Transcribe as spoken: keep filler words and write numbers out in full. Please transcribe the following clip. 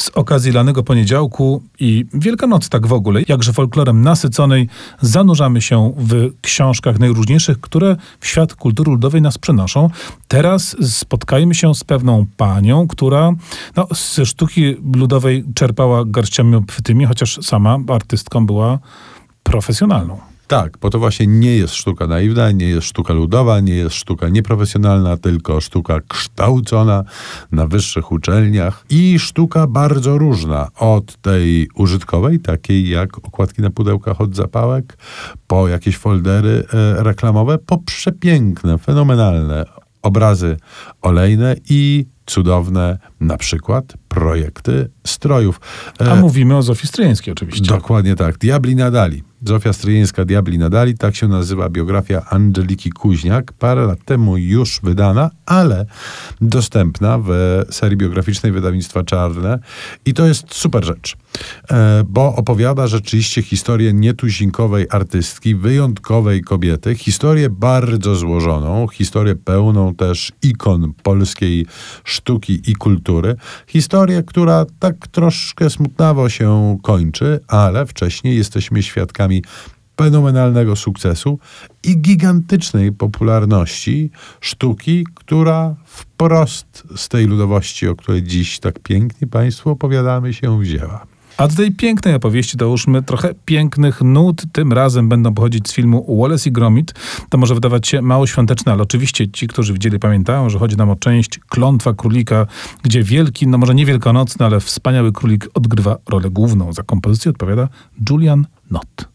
Z okazji lanego poniedziałku i Wielkanocy tak w ogóle, jakże folklorem nasyconej, zanurzamy się w książkach najróżniejszych, które w świat kultury ludowej nas przenoszą. Teraz spotkajmy się z pewną panią, która no, ze sztuki ludowej czerpała garściami obfitymi, chociaż sama artystką była profesjonalną. Tak, bo to właśnie nie jest sztuka naiwna, nie jest sztuka ludowa, nie jest sztuka nieprofesjonalna, tylko sztuka kształcona na wyższych uczelniach i sztuka bardzo różna od tej użytkowej, takiej jak okładki na pudełkach od zapałek, po jakieś foldery e, reklamowe, po przepiękne, fenomenalne obrazy olejne i cudowne, na przykład, projekty strojów. A e, mówimy o Zofii Stryjeńskiej oczywiście. Dokładnie tak. Diabli na dali. Zofia Stryjeńska, Diabli na dali. Tak się nazywa biografia Angeliki Kuźniak. Parę lat temu już wydana, ale dostępna w serii biograficznej wydawnictwa Czarne. I to jest super rzecz, e, bo opowiada rzeczywiście historię nietuzinkowej artystki, wyjątkowej kobiety. Historię bardzo złożoną. Historię pełną też ikon polskiej sztuki i kultury. Historię, która tak troszkę smutnawo się kończy, ale wcześniej jesteśmy świadkami fenomenalnego sukcesu i gigantycznej popularności sztuki, która wprost z tej ludowości, o której dziś tak pięknie Państwu opowiadamy, się wzięła. A do tej pięknej opowieści dołóżmy trochę pięknych nut. Tym razem będą pochodzić z filmu Wallace i Gromit. To może wydawać się mało świąteczne, ale oczywiście ci, którzy widzieli, pamiętają, że chodzi nam o część Klątwa Królika, gdzie wielki, no może nie wielkanocny, ale wspaniały królik odgrywa rolę główną. Za kompozycję odpowiada Julian Nott.